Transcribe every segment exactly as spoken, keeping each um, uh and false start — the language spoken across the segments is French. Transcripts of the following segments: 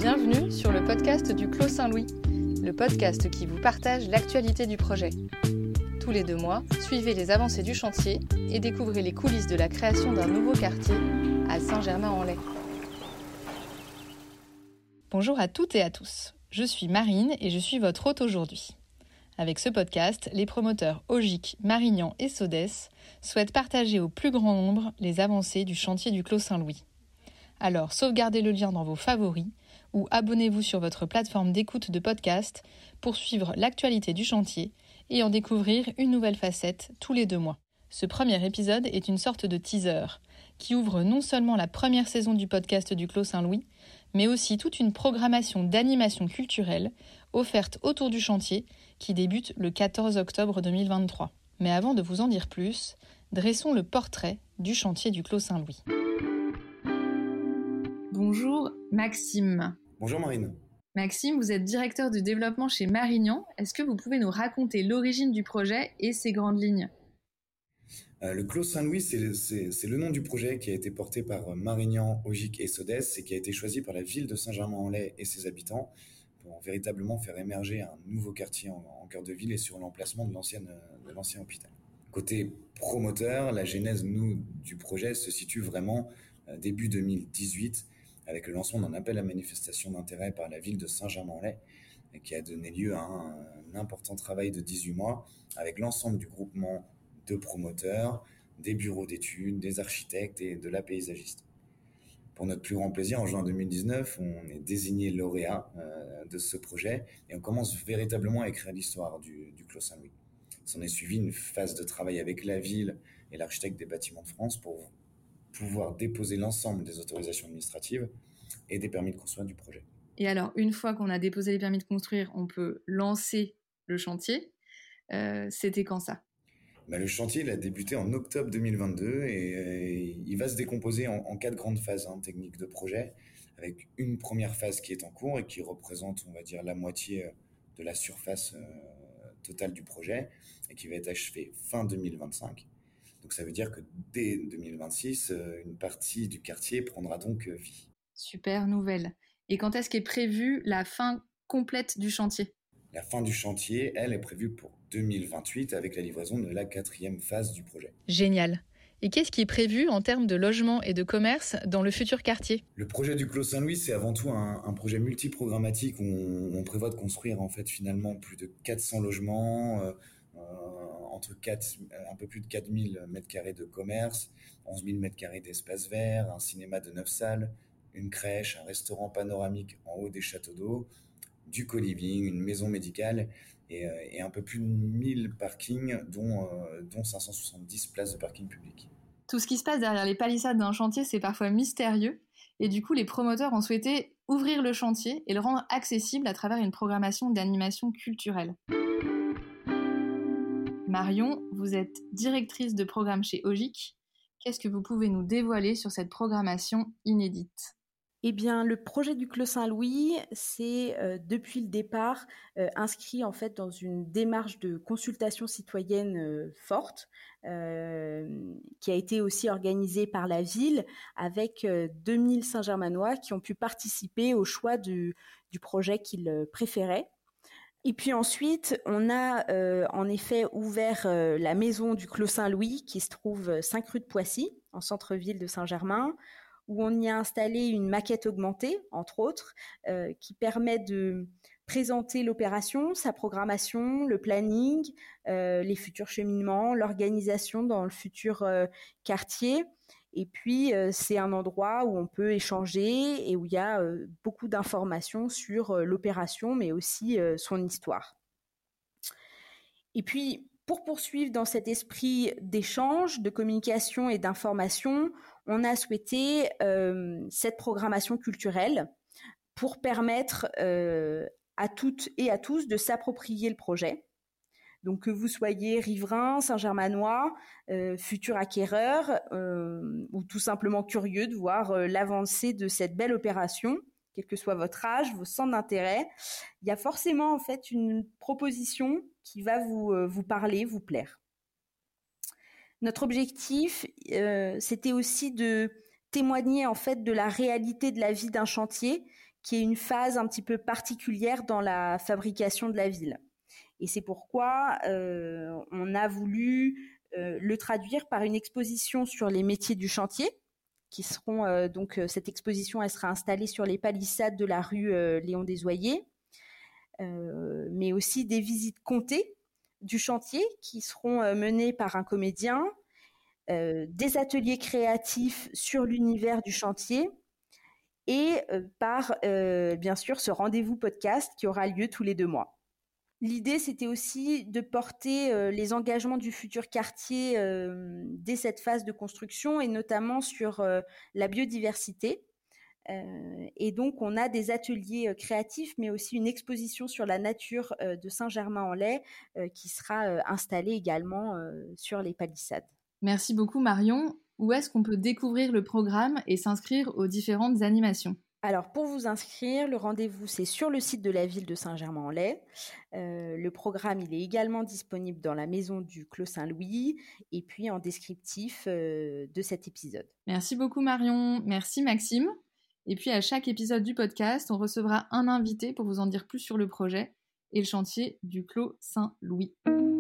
Bienvenue sur le podcast du Clos Saint-Louis, le podcast qui vous partage l'actualité du projet. Tous les deux mois, suivez les avancées du chantier et découvrez les coulisses de la création d'un nouveau quartier à Saint-Germain-en-Laye. Bonjour à toutes et à tous, je suis Marine et je suis votre hôte aujourd'hui. Avec ce podcast, les promoteurs Ogic, Marignan et Sodès souhaitent partager au plus grand nombre les avancées du chantier du Clos Saint-Louis. Alors sauvegardez le lien dans vos favoris ou abonnez-vous sur votre plateforme d'écoute de podcast pour suivre l'actualité du chantier et en découvrir une nouvelle facette tous les deux mois. Ce premier épisode est une sorte de teaser qui ouvre non seulement la première saison du podcast du Clos Saint-Louis, mais aussi toute une programmation d'animation culturelle offerte autour du chantier qui débute le quatorze octobre deux mille vingt-trois. Mais avant de vous en dire plus, dressons le portrait du chantier du Clos Saint-Louis. Bonjour Maxime. Bonjour Marine. Maxime, vous êtes directeur du développement chez Marignan. Est-ce que vous pouvez nous raconter l'origine du projet et ses grandes lignes ? euh, Le Clos Saint-Louis, c'est le, c'est, c'est le nom du projet qui a été porté par Marignan, Ogic et Sodès et qui a été choisi par la ville de Saint-Germain-en-Laye et ses habitants pour véritablement faire émerger un nouveau quartier en, en cœur de ville et sur l'emplacement de, l'ancienne, de l'ancien hôpital. Côté promoteur, la genèse nous, du projet se situe vraiment euh, début deux mille dix-huit avec le lancement d'un appel à manifestation d'intérêt par la ville de Saint-Germain-en-Laye qui a donné lieu à un, un important travail de dix-huit mois avec l'ensemble du groupement de promoteurs, des bureaux d'études, des architectes et de la paysagiste. Pour notre plus grand plaisir, en juin deux mille dix-neuf, on est désigné lauréat euh, de ce projet et on commence véritablement à écrire l'histoire du, du Clos Saint-Louis. S'en est suivi une phase de travail avec la ville et l'architecte des bâtiments de France pour pouvoir déposer l'ensemble des autorisations administratives et des permis de construire du projet. Et alors, une fois qu'on a déposé les permis de construire, on peut lancer le chantier. Euh, c'était quand ça ? Bah, le chantier il a débuté en octobre deux mille vingt-deux et euh, il va se décomposer en, en quatre grandes phases hein, techniques de projet, avec une première phase qui est en cours et qui représente, on va dire, la moitié de la surface euh, totale du projet et qui va être achevée fin deux mille vingt-cinq. Donc ça veut dire que dès deux mille vingt-six, euh, une partie du quartier prendra donc euh, vie. Super nouvelle. Et quand est-ce qu'est prévue la fin complète du chantier ? La fin du chantier, elle, est prévue pour deux mille vingt-huit avec la livraison de la quatrième phase du projet. Génial. Et qu'est-ce qui est prévu en termes de logement et de commerce dans le futur quartier ? Le projet du Clos Saint-Louis, c'est avant tout un, un projet multiprogrammatique où on, on prévoit de construire en fait finalement plus de quatre cents logements, euh, euh, entre quatre, un peu plus de quatre mille mètres carrés de commerce, onze mille mètres carrés d'espace vert, un cinéma de neuf salles, une crèche, un restaurant panoramique en haut des châteaux d'eau, du co-living, une maison médicale et, euh, et un peu plus de mille parkings, dont, euh, dont cinq cent soixante-dix places de parking public. Tout ce qui se passe derrière les palissades d'un chantier, c'est parfois mystérieux. Et du coup, les promoteurs ont souhaité ouvrir le chantier et le rendre accessible à travers une programmation d'animation culturelle. Marion, vous êtes directrice de programme chez Ogic. Qu'est-ce que vous pouvez nous dévoiler sur cette programmation inédite ? Eh bien, le projet du Clos Saint-Louis, c'est euh, depuis le départ euh, inscrit en fait dans une démarche de consultation citoyenne euh, forte, euh, qui a été aussi organisée par la ville avec euh, deux mille Saint-Germanois qui ont pu participer au choix du, du projet qu'ils préféraient. Et puis ensuite, on a euh, en effet ouvert euh, la maison du Clos Saint-Louis qui se trouve cinq rue de Poissy, en centre-ville de Saint-Germain, où on y a installé une maquette augmentée, entre autres, euh, qui permet de présenter l'opération, sa programmation, le planning, euh, les futurs cheminements, l'organisation dans le futur euh, quartier. Et puis, euh, c'est un endroit où on peut échanger et où il y a euh, beaucoup d'informations sur euh, l'opération, mais aussi euh, son histoire. Et puis, pour poursuivre dans cet esprit d'échange, de communication et d'information, on a souhaité euh, cette programmation culturelle pour permettre euh, à toutes et à tous de s'approprier le projet. Donc que vous soyez riverain, Saint-Germanois, euh, futur acquéreur euh, ou tout simplement curieux de voir euh, l'avancée de cette belle opération, quel que soit votre âge, vos centres d'intérêt, il y a forcément en fait une proposition qui va vous, euh, vous parler, vous plaire. Notre objectif, euh, c'était aussi de témoigner en fait de la réalité de la vie d'un chantier qui est une phase un petit peu particulière dans la fabrication de la ville. Et c'est pourquoi euh, on a voulu euh, le traduire par une exposition sur les métiers du chantier, qui seront euh, donc euh, cette exposition, elle sera installée sur les palissades de la rue euh, Léon Desoyer, euh, mais aussi des visites comptées du chantier qui seront euh, menées par un comédien, euh, des ateliers créatifs sur l'univers du chantier et euh, par euh, bien sûr ce rendez-vous podcast qui aura lieu tous les deux mois. L'idée, c'était aussi de porter euh, les engagements du futur quartier euh, dès cette phase de construction et notamment sur euh, la biodiversité. Euh, et donc, on a des ateliers euh, créatifs, mais aussi une exposition sur la nature euh, de Saint-Germain-en-Laye euh, qui sera euh, installée également euh, sur les palissades. Merci beaucoup Marion. Où est-ce qu'on peut découvrir le programme et s'inscrire aux différentes animations ? Alors, pour vous inscrire, le rendez-vous, c'est sur le site de la ville de Saint-Germain-en-Laye. Euh, le programme, il est également disponible dans la maison du Clos Saint-Louis et puis en descriptif euh, de cet épisode. Merci beaucoup Marion. Merci Maxime. Et puis à chaque épisode du podcast, on recevra un invité pour vous en dire plus sur le projet et le chantier du Clos Saint-Louis.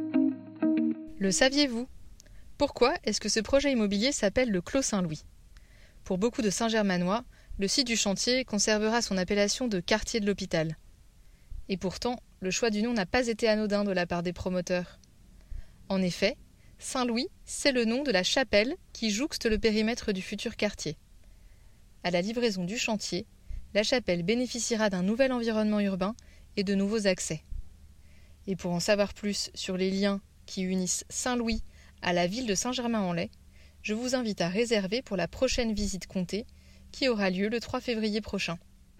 Le saviez-vous ? Pourquoi est-ce que ce projet immobilier s'appelle le Clos Saint-Louis ? Pour beaucoup de Saint-Germanois, le site du chantier conservera son appellation de quartier de l'hôpital. Et pourtant, le choix du nom n'a pas été anodin de la part des promoteurs. En effet, Saint-Louis, c'est le nom de la chapelle qui jouxte le périmètre du futur quartier. À la livraison du chantier, la chapelle bénéficiera d'un nouvel environnement urbain et de nouveaux accès. Et pour en savoir plus sur les liens qui unissent Saint-Louis à la ville de Saint-Germain-en-Laye, je vous invite à réserver pour la prochaine visite comptée qui aura lieu le trois février prochain.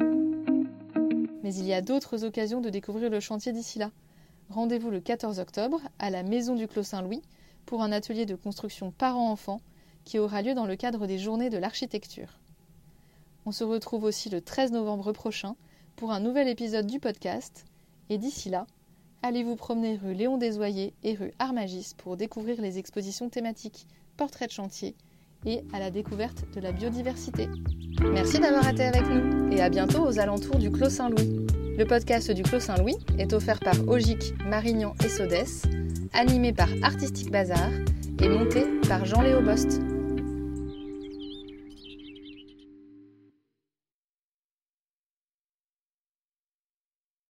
Mais il y a d'autres occasions de découvrir le chantier d'ici là. Rendez-vous le quatorze octobre à la maison du Clos Saint-Louis pour un atelier de construction parents-enfants qui aura lieu dans le cadre des Journées de l'architecture. On se retrouve aussi le treize novembre prochain pour un nouvel épisode du podcast. Et d'ici là, allez vous promener rue Léon Desoyer et rue Armagis pour découvrir les expositions thématiques Portraits de chantier et à la découverte de la biodiversité. Merci d'avoir été avec nous et à bientôt aux alentours du Clos Saint-Louis. Le podcast du Clos Saint-Louis est offert par Ogic, Marignan et Sodès, animé par Artistique Bazar et monté par Jean-Léo Bost.